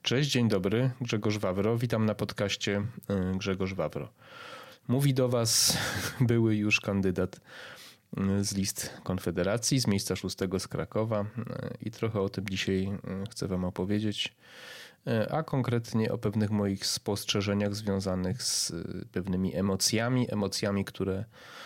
Cześć, dzień dobry, Grzegorz Wawro. Witam na podcaście Grzegorz Wawro. Mówi do Was były już kandydat z list Konfederacji, z miejsca 6 z Krakowa i trochę o tym dzisiaj chcę Wam opowiedzieć, a konkretnie o pewnych moich spostrzeżeniach związanych z pewnymi emocjami, które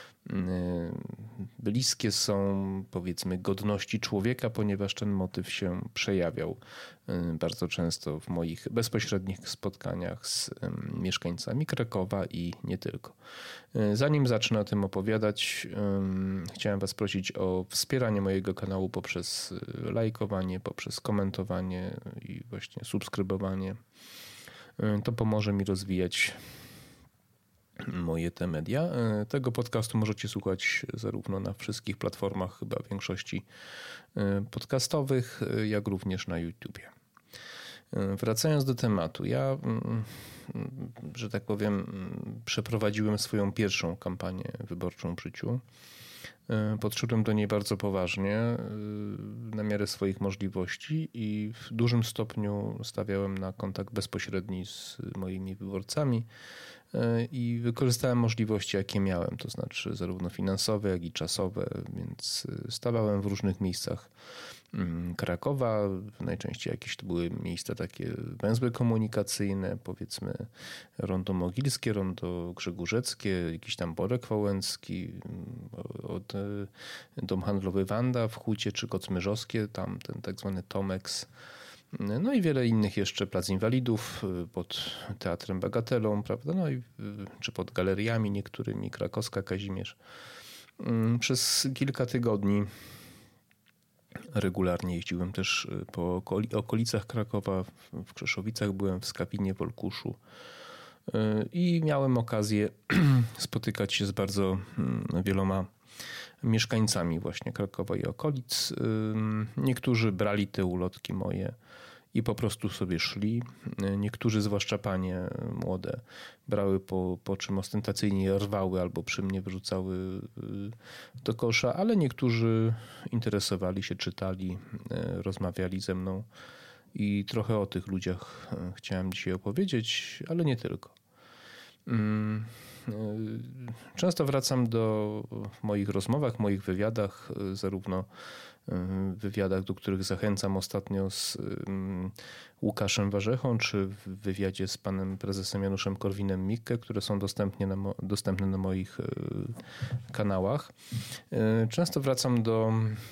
bliskie są, powiedzmy, godności człowieka, ponieważ ten motyw się przejawiał bardzo często w moich bezpośrednich spotkaniach z mieszkańcami Krakowa i nie tylko. Zanim zacznę o tym opowiadać, chciałem Was prosić o wspieranie mojego kanału poprzez lajkowanie, poprzez komentowanie i właśnie subskrybowanie. To pomoże mi rozwijać moje te media. Tego podcastu możecie słuchać zarówno na wszystkich platformach, chyba większości podcastowych, jak również na YouTubie. Wracając do tematu, ja, że tak powiem, przeprowadziłem swoją pierwszą kampanię wyborczą w życiu. Podszedłem do niej bardzo poważnie, na miarę swoich możliwości i w dużym stopniu stawiałem na kontakt bezpośredni z moimi wyborcami i wykorzystałem możliwości, jakie miałem, to znaczy zarówno finansowe, jak i czasowe, więc stawałem w różnych miejscach Krakowa. Najczęściej jakieś to były miejsca takie węzły komunikacyjne, powiedzmy Rondo Mogilskie, Rondo Grzegórzeckie, jakiś tam Borek Wałęski, Dom Handlowy Wanda w Hucie, czy Kocmyrzowskie, tam ten tak zwany Tomex. No i wiele innych jeszcze, Plac Inwalidów pod Teatrem Bagatelą, prawda? No i czy pod galeriami niektórymi, Krakowska, Kazimierz. Przez kilka tygodni regularnie jeździłem też po okolicach Krakowa, w Krzeszowicach byłem, w Skawinie, w Olkuszu i miałem okazję spotykać się z bardzo wieloma mieszkańcami właśnie Krakowa i okolic. Niektórzy brali te ulotki moje i po prostu sobie szli. Niektórzy, zwłaszcza panie młode, brały po czym ostentacyjnie rwały albo przy mnie wrzucały do kosza, ale niektórzy interesowali się, czytali, rozmawiali ze mną i trochę o tych ludziach chciałem dzisiaj opowiedzieć, ale nie tylko. Często wracam w moich rozmowach, moich wywiadach, zarówno wywiadach, do których zachęcam ostatnio z Łukaszem Warzechą, czy w wywiadzie z panem prezesem Januszem Korwinem-Mikke, które są dostępne na moich kanałach. Często wracam do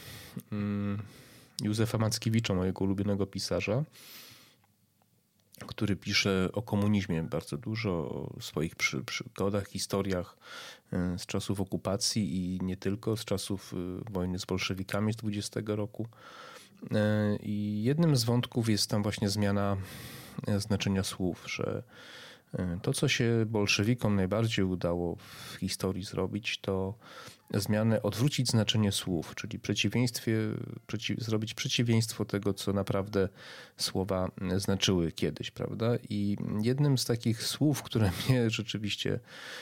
Józefa Mackiewicza, mojego ulubionego pisarza, który pisze o komunizmie bardzo dużo, o swoich przygodach, historiach z czasów okupacji i nie tylko, z czasów wojny z bolszewikami z 20 roku. I jednym z wątków jest tam właśnie zmiana znaczenia słów, że to, co się bolszewikom najbardziej udało w historii zrobić, to odwrócić znaczenie słów, czyli zrobić przeciwieństwo tego, co naprawdę słowa znaczyły kiedyś, prawda? I jednym z takich słów, które mnie rzeczywiście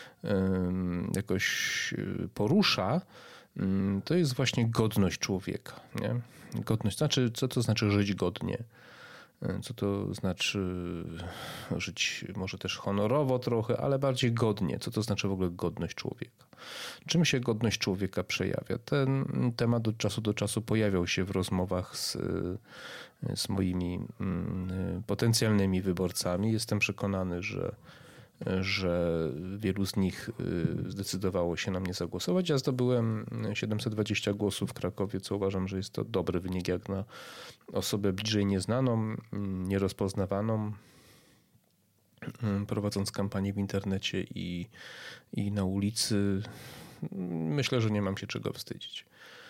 jakoś porusza, to jest właśnie godność człowieka. Nie? Godność, co to znaczy żyć godnie? Co to znaczy żyć może też honorowo trochę, ale bardziej godnie. Co to znaczy w ogóle godność człowieka? Czym się godność człowieka przejawia? Ten temat od czasu do czasu pojawiał się w rozmowach z moimi potencjalnymi wyborcami. Jestem przekonany, że wielu z nich zdecydowało się na mnie zagłosować. Ja zdobyłem 720 głosów w Krakowie, co uważam, że jest to dobry wynik jak na osobę bliżej nieznaną, nierozpoznawaną, prowadząc kampanię w internecie i na ulicy. Myślę, że nie mam się czego wstydzić.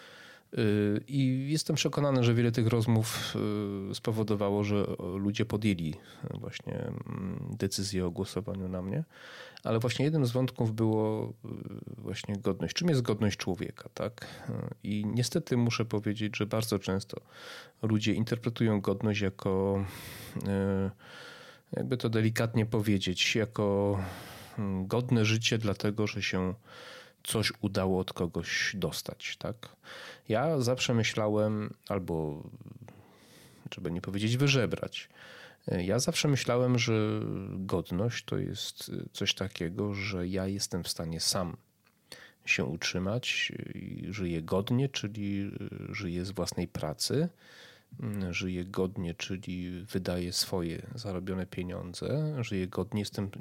I jestem przekonany, że wiele tych rozmów spowodowało, że ludzie podjęli właśnie decyzję o głosowaniu na mnie. Ale właśnie jednym z wątków było właśnie godność. Czym jest godność człowieka, tak? I niestety muszę powiedzieć, że bardzo często ludzie interpretują godność jako, jakby to delikatnie powiedzieć, jako godne życie dlatego, że się coś udało od kogoś dostać, tak? Ja zawsze myślałem, albo żeby nie powiedzieć wyżebrać, Ja zawsze myślałem, że godność to jest coś takiego, że ja jestem w stanie sam się utrzymać i żyję godnie, czyli żyję z własnej pracy, żyję godnie, czyli wydaję swoje zarobione pieniądze, żyję godnie, jestem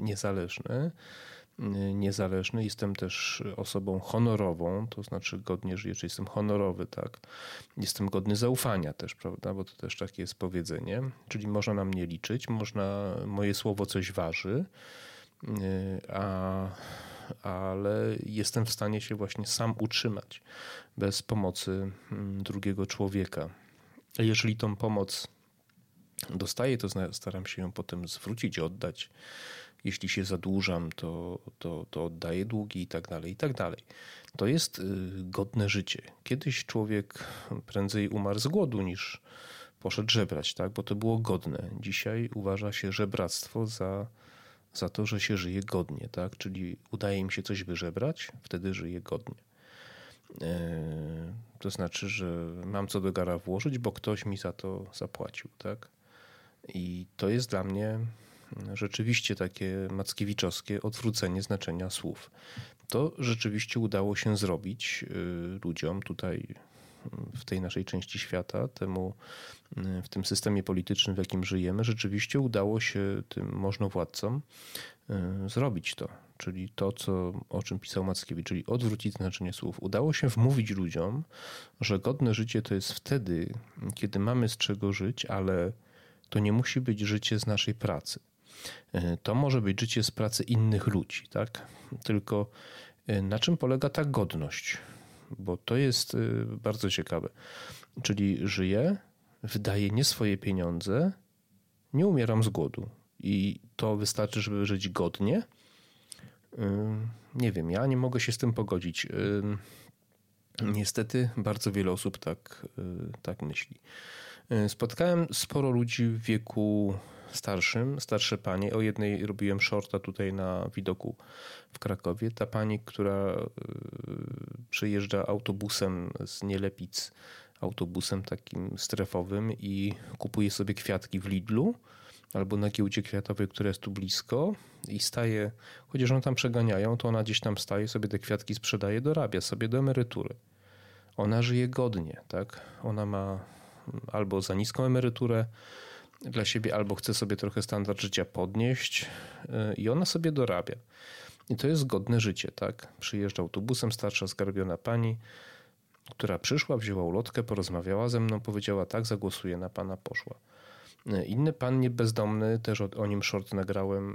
niezależny, jestem też osobą honorową, to znaczy godnie żyję, czyli jestem honorowy, tak. Jestem godny zaufania też, prawda, bo to też takie jest powiedzenie, czyli można na mnie liczyć, moje słowo coś waży, ale jestem w stanie się właśnie sam utrzymać bez pomocy drugiego człowieka. Jeżeli tą pomoc dostaję, to staram się ją potem zwrócić, oddać. Jeśli się zadłużam, to oddaję długi i tak dalej, i tak dalej. To jest godne życie. Kiedyś człowiek prędzej umarł z głodu niż poszedł żebrać, tak? Bo to było godne. Dzisiaj uważa się żebractwo za to, że się żyje godnie, tak? Czyli udaje mi się coś wyżebrać, wtedy żyję godnie. To znaczy, że mam co do gara włożyć, bo ktoś mi za to zapłacił, tak? I to jest dla mnie rzeczywiście takie mackiewiczowskie odwrócenie znaczenia słów. To rzeczywiście udało się zrobić ludziom tutaj w tej naszej części świata, w tym systemie politycznym, w jakim żyjemy, rzeczywiście udało się tym możnowładcom zrobić to. Czyli to, o czym pisał Mackiewicz, czyli odwrócić znaczenie słów. Udało się wmówić ludziom, że godne życie to jest wtedy, kiedy mamy z czego żyć, ale to nie musi być życie z naszej pracy. To może być życie z pracy innych ludzi, tak? Tylko na czym polega ta godność? Bo to jest bardzo ciekawe. Czyli żyję, wydaję nie swoje pieniądze, nie umieram z głodu. I to wystarczy, żeby żyć godnie? Nie wiem, ja nie mogę się z tym pogodzić. Niestety bardzo wiele osób tak myśli. Spotkałem sporo ludzi w wieku starsze panie. O jednej robiłem shorta tutaj na widoku w Krakowie. Ta pani, która przyjeżdża autobusem z Nielepic, autobusem takim strefowym i kupuje sobie kwiatki w Lidlu albo na giełdzie kwiatowej, która jest tu blisko i staje, chociaż ją tam przeganiają, to ona gdzieś tam staje, sobie te kwiatki sprzedaje, dorabia sobie do emerytury. Ona żyje godnie, tak? Ona ma albo za niską emeryturę dla siebie, albo chce sobie trochę standard życia podnieść i ona sobie dorabia. I to jest godne życie, tak? Przyjeżdża autobusem starsza, zgarbiona pani, która przyszła, wzięła ulotkę, porozmawiała ze mną, powiedziała tak, zagłosuję na pana, poszła. Inny pan bezdomny, też o nim short nagrałem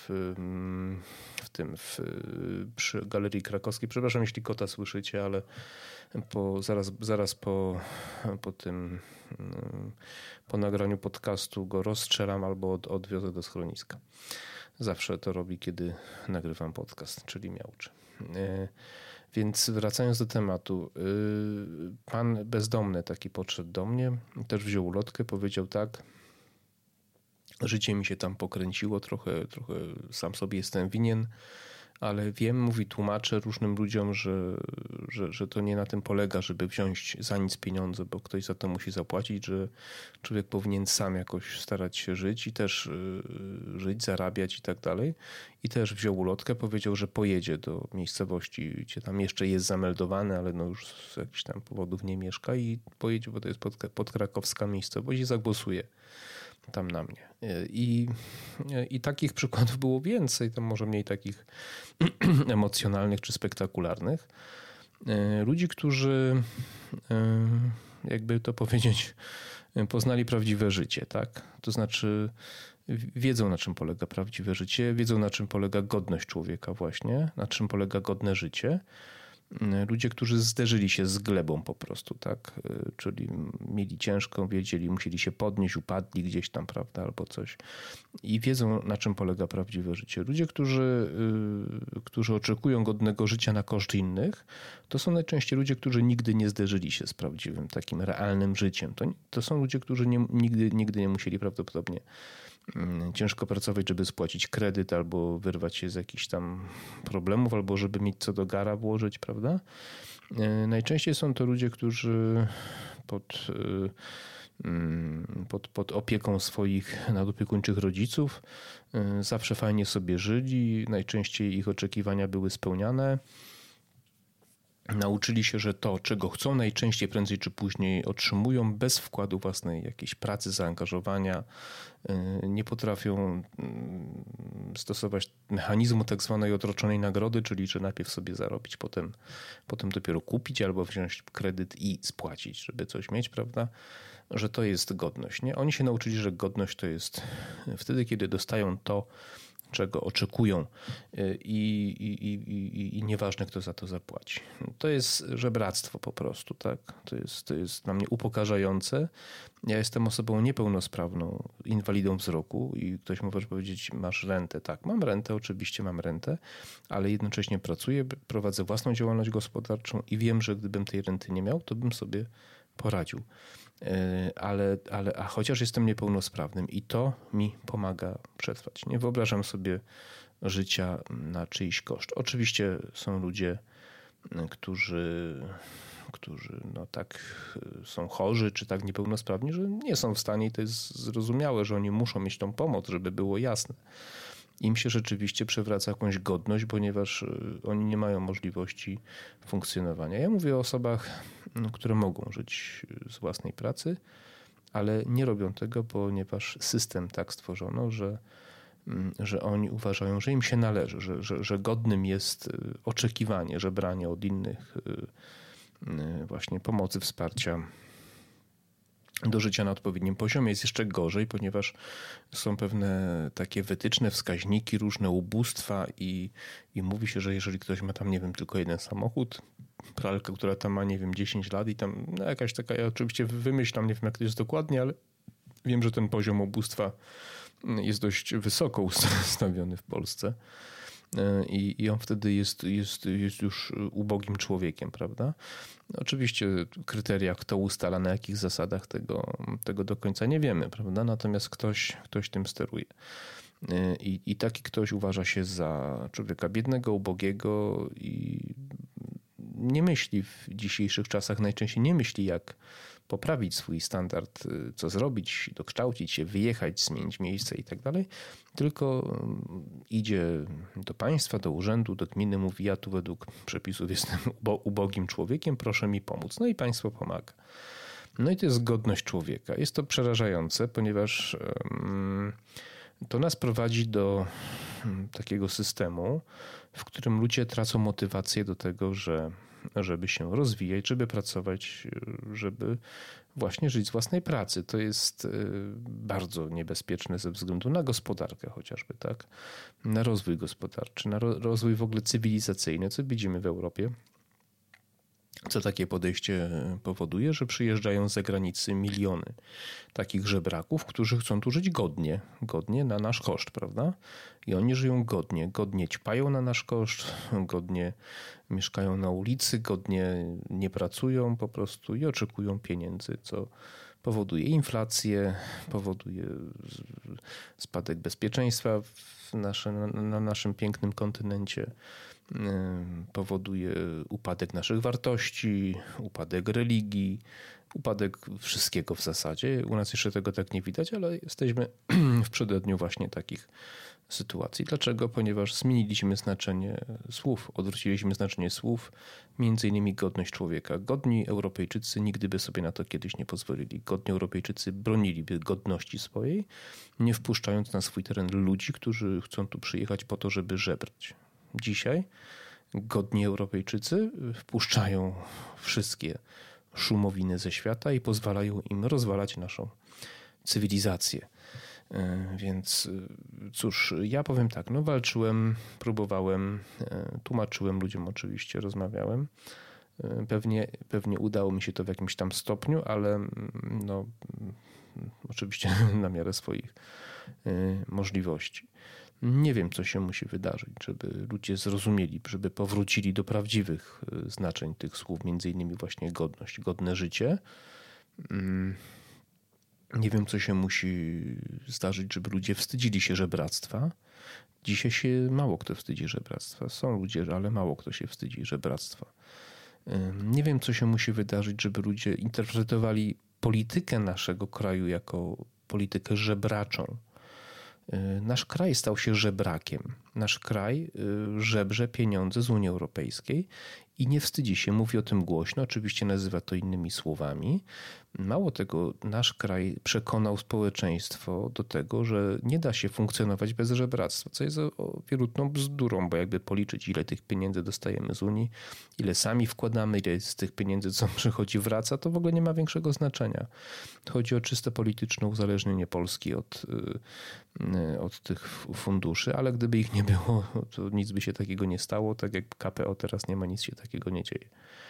przy Galerii Krakowskiej. Przepraszam, jeśli kota słyszycie, ale zaraz po nagraniu podcastu go rozstrzelam albo odwiozę do schroniska. Zawsze to robi, kiedy nagrywam podcast, czyli miauczy. Więc wracając do tematu, pan bezdomny taki podszedł do mnie, też wziął ulotkę, powiedział tak, życie mi się tam pokręciło, trochę sam sobie jestem winien, ale wiem, tłumaczę różnym ludziom, że to nie na tym polega, żeby wziąć za nic pieniądze, bo ktoś za to musi zapłacić, że człowiek powinien sam jakoś starać się żyć i też żyć, zarabiać i tak dalej. I też wziął ulotkę, powiedział, że pojedzie do miejscowości, gdzie tam jeszcze jest zameldowany, ale no już z jakichś tam powodów nie mieszka i pojedzie, bo to jest podkrakowska miejscowość i zagłosuje tam na mnie. I takich przykładów było więcej, tam może mniej takich emocjonalnych czy spektakularnych. Ludzi, którzy, jakby to powiedzieć, poznali prawdziwe życie, tak? To znaczy wiedzą, na czym polega prawdziwe życie, wiedzą, na czym polega godność człowieka właśnie, na czym polega godne życie. Ludzie, którzy zderzyli się z glebą po prostu, tak? Czyli mieli ciężko, musieli się podnieść, upadli gdzieś tam, prawda, albo coś. I wiedzą, na czym polega prawdziwe życie. Ludzie, którzy oczekują godnego życia na koszt innych, to są najczęściej ludzie, którzy nigdy nie zderzyli się z prawdziwym, takim realnym życiem. To są ludzie, którzy nigdy nie musieli prawdopodobnie ciężko pracować, żeby spłacić kredyt albo wyrwać się z jakichś tam problemów, albo żeby mieć co do gara włożyć, prawda? Najczęściej są to ludzie, którzy pod opieką swoich nadopiekuńczych rodziców. Zawsze fajnie sobie żyli, najczęściej ich oczekiwania były spełniane. Nauczyli się, że to, czego chcą, najczęściej prędzej czy później otrzymują bez wkładu własnej jakiejś pracy, zaangażowania. Nie potrafią stosować mechanizmu tak zwanej otroczonej nagrody, czyli że najpierw sobie zarobić, potem dopiero kupić albo wziąć kredyt i spłacić, żeby coś mieć, prawda? Że to jest godność. Nie? Oni się nauczyli, że godność to jest wtedy, kiedy dostają to, czego oczekują i nieważne, kto za to zapłaci. To jest żebractwo po prostu, tak? To jest dla mnie upokarzające. Ja jestem osobą niepełnosprawną, inwalidą wzroku i ktoś może powiedzieć, masz rentę. Tak, mam rentę, oczywiście mam rentę, ale jednocześnie pracuję, prowadzę własną działalność gospodarczą i wiem, że gdybym tej renty nie miał, to bym sobie poradził. A chociaż jestem niepełnosprawnym i to mi pomaga przetrwać. Nie wyobrażam sobie życia na czyjś koszt. Oczywiście są ludzie, którzy no tak są chorzy czy tak niepełnosprawni, że nie są w stanie i to jest zrozumiałe, że oni muszą mieć tą pomoc, żeby było jasne. Im się rzeczywiście przewraca jakąś godność, ponieważ oni nie mają możliwości funkcjonowania. Ja mówię o osobach, które mogą żyć z własnej pracy, ale nie robią tego, ponieważ system tak stworzono, że oni uważają, że im się należy, że godnym jest oczekiwanie, żebranie od innych właśnie pomocy, wsparcia do życia na odpowiednim poziomie. Jest jeszcze gorzej, ponieważ są pewne takie wytyczne, wskaźniki, różne ubóstwa i mówi się, że jeżeli ktoś ma tam, nie wiem, tylko jeden samochód, pralkę, która tam ma, nie wiem, 10 lat i tam jakaś taka, ja oczywiście wymyślam, nie wiem jak to jest dokładnie, ale wiem, że ten poziom ubóstwa jest dość wysoko ustawiony w Polsce. I on wtedy jest już ubogim człowiekiem, prawda? Oczywiście kryteria, kto ustala, na jakich zasadach, tego do końca nie wiemy, prawda? Natomiast ktoś tym steruje. I taki ktoś uważa się za człowieka biednego, ubogiego i nie myśli w dzisiejszych czasach, najczęściej nie myśli, jak poprawić swój standard, co zrobić, dokształcić się, wyjechać, zmienić miejsce i tak dalej, tylko idzie do państwa, do urzędu, do gminy, mówi, ja tu według przepisów jestem ubogim człowiekiem, proszę mi pomóc. No i państwo pomaga. No i to jest godność człowieka. Jest to przerażające, ponieważ to nas prowadzi do takiego systemu, w którym ludzie tracą motywację do tego, żeby się rozwijać, żeby pracować, żeby właśnie żyć z własnej pracy. To jest bardzo niebezpieczne ze względu na gospodarkę chociażby, tak? Na rozwój gospodarczy, na rozwój w ogóle cywilizacyjny, co widzimy w Europie. Co takie podejście powoduje, że przyjeżdżają z zagranicy miliony takich żebraków, którzy chcą tu żyć godnie na nasz koszt, prawda? I oni żyją godnie ćpają na nasz koszt, godnie mieszkają na ulicy, godnie nie pracują po prostu i oczekują pieniędzy, co powoduje inflację, powoduje spadek bezpieczeństwa na naszym pięknym kontynencie, powoduje upadek naszych wartości, upadek religii, upadek wszystkiego w zasadzie. U nas jeszcze tego tak nie widać, ale jesteśmy w przededniu właśnie takich sytuacji. Dlaczego? Ponieważ zmieniliśmy znaczenie słów, odwróciliśmy znaczenie słów, między innymi godność człowieka. Godni Europejczycy nigdy by sobie na to kiedyś nie pozwolili. Godni Europejczycy broniliby godności swojej, nie wpuszczając na swój teren ludzi, którzy chcą tu przyjechać po to, żeby żebrać. Dzisiaj godni Europejczycy wpuszczają wszystkie szumowiny ze świata i pozwalają im rozwalać naszą cywilizację. Więc cóż, ja powiem tak, no walczyłem, próbowałem, tłumaczyłem ludziom oczywiście, rozmawiałem. Pewnie udało mi się to w jakimś tam stopniu, ale no oczywiście na miarę swoich możliwości. Nie wiem, co się musi wydarzyć, żeby ludzie zrozumieli, żeby powrócili do prawdziwych znaczeń tych słów, między innymi właśnie godność, godne życie. Nie wiem, co się musi zdarzyć, żeby ludzie wstydzili się żebractwa. Dzisiaj się mało kto wstydzi żebractwa. Są ludzie, ale mało kto się wstydzi żebractwa. Nie wiem, co się musi wydarzyć, żeby ludzie interpretowali politykę naszego kraju jako politykę żebraczą. Nasz kraj stał się żebrakiem. Nasz kraj żebrze pieniądze z Unii Europejskiej i nie wstydzi się, mówi o tym głośno, oczywiście nazywa to innymi słowami. Mało tego, nasz kraj przekonał społeczeństwo do tego, że nie da się funkcjonować bez żebractwa, co jest wierutną bzdurą, bo jakby policzyć, ile tych pieniędzy dostajemy z Unii, ile sami wkładamy, ile z tych pieniędzy, co przychodzi, wraca, to w ogóle nie ma większego znaczenia. Chodzi o czysto polityczne uzależnienie Polski od tych funduszy, ale gdyby ich nie było, to nic by się takiego nie stało, tak jak KPO teraz nie ma, nic się takiego nie dzieje.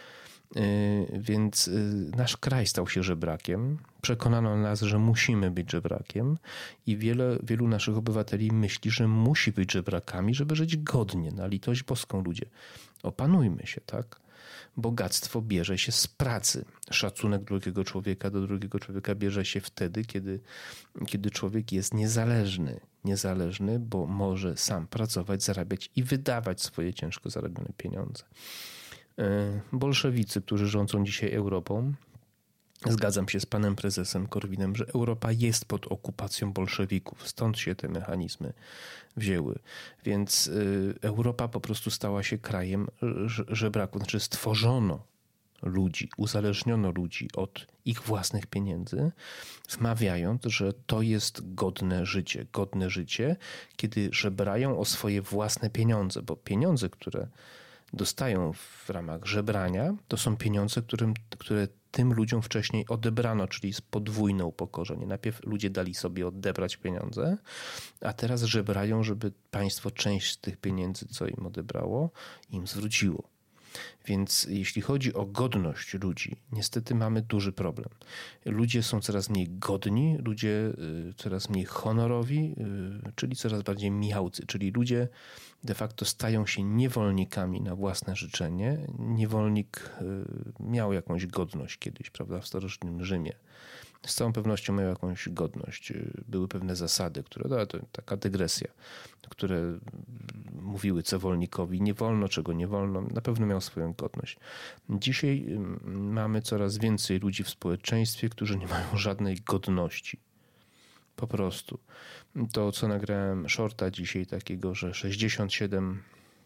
Więc nasz kraj stał się żebrakiem. Przekonano nas, że musimy być żebrakiem i wielu naszych obywateli myśli, że musi być żebrakami, żeby żyć godnie. Na litość boską, ludzie. Opanujmy się, tak? Bogactwo bierze się z pracy. Szacunek drugiego człowieka do drugiego człowieka bierze się wtedy, kiedy człowiek jest niezależny. Niezależny, bo może sam pracować, zarabiać i wydawać swoje ciężko zarobione pieniądze. Bolszewicy, którzy rządzą dzisiaj Europą, zgadzam się z panem prezesem Korwinem, że Europa jest pod okupacją bolszewików. Stąd się te mechanizmy wzięły. Więc Europa po prostu stała się krajem żebraków. Znaczy stworzono ludzi, uzależniono ludzi od ich własnych pieniędzy, wmawiając, że to jest godne życie, kiedy żebrają o swoje własne pieniądze, bo pieniądze, które dostają w ramach żebrania, to są pieniądze, które tym ludziom wcześniej odebrano, czyli jest podwójne upokorzenie. Najpierw ludzie dali sobie odebrać pieniądze, a teraz żebrają, żeby państwo część z tych pieniędzy, co im odebrało, im zwróciło. Więc jeśli chodzi o godność ludzi, niestety mamy duży problem. Ludzie są coraz mniej godni, ludzie coraz mniej honorowi, czyli coraz bardziej michałcy, czyli ludzie de facto stają się niewolnikami na własne życzenie. Niewolnik miał jakąś godność kiedyś, prawda, w starożytnym Rzymie. Z całą pewnością miał jakąś godność. Były pewne zasady, to taka dygresja, które mówiły, co wolnikowi nie wolno, czego nie wolno. Na pewno miał swoją godność. Dzisiaj mamy coraz więcej ludzi w społeczeństwie, którzy nie mają żadnej godności. Po prostu. To, co nagrałem shorta dzisiaj takiego, że 67%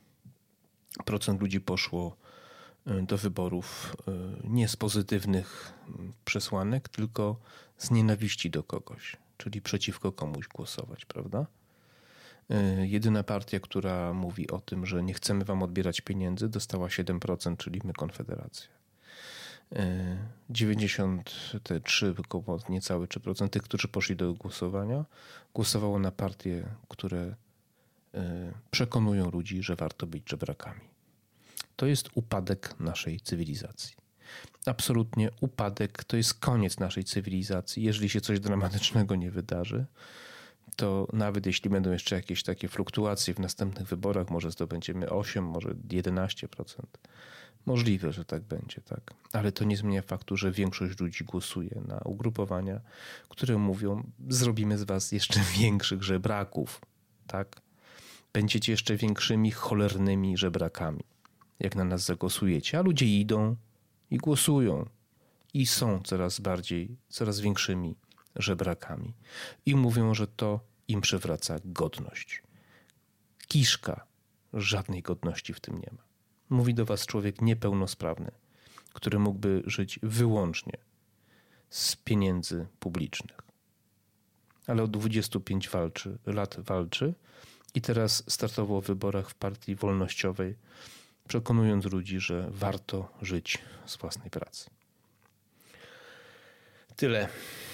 ludzi poszło do wyborów nie z pozytywnych przesłanek, tylko z nienawiści do kogoś, czyli przeciwko komuś głosować, prawda? Jedyna partia, która mówi o tym, że nie chcemy wam odbierać pieniędzy, dostała 7%, czyli my, Konfederacja. 93, około niecałe 3% tych, którzy poszli do głosowania, głosowało na partie, które przekonują ludzi, że warto być żebrakami. To jest upadek naszej cywilizacji. Absolutnie upadek, to jest koniec naszej cywilizacji. Jeżeli się coś dramatycznego nie wydarzy, to nawet jeśli będą jeszcze jakieś takie fluktuacje w następnych wyborach, może zdobędziemy 8, może 11%. Możliwe, że tak będzie, tak. Ale to nie zmienia faktu, że większość ludzi głosuje na ugrupowania, które mówią, zrobimy z was jeszcze większych żebraków, tak. Będziecie jeszcze większymi cholernymi żebrakami, jak na nas zagłosujecie. A ludzie idą i głosują i są coraz większymi żebrakami. I mówią, że to im przywraca godność. Kiszka, żadnej godności w tym nie ma. Mówi do was człowiek niepełnosprawny, który mógłby żyć wyłącznie z pieniędzy publicznych. Ale od 25 lat walczy i teraz startował w wyborach w partii wolnościowej, przekonując ludzi, że warto żyć z własnej pracy. Tyle.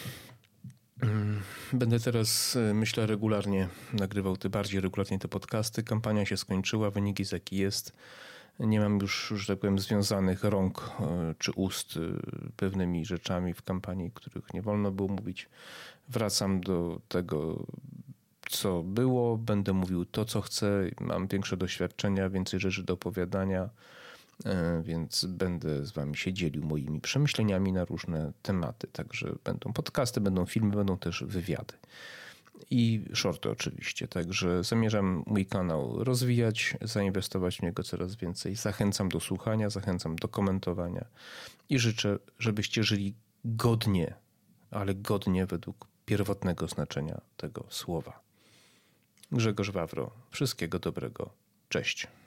Będę teraz, myślę, regularnie nagrywał bardziej regularnie te podcasty. Kampania się skończyła, wynik jest jaki jest. Nie mam już, że tak powiem, związanych rąk czy ust pewnymi rzeczami w kampanii, których nie wolno było mówić. Wracam do tego, co było. Będę mówił to, co chcę. Mam większe doświadczenia, więcej rzeczy do opowiadania, więc będę z wami się dzielił moimi przemyśleniami na różne tematy. Także będą podcasty, będą filmy, będą też wywiady. I shorty oczywiście. Także zamierzam mój kanał rozwijać, zainwestować w niego coraz więcej. Zachęcam do słuchania, zachęcam do komentowania i życzę, żebyście żyli godnie ale godnie według pierwotnego znaczenia tego słowa. Grzegorz Wawro, wszystkiego dobrego. Cześć.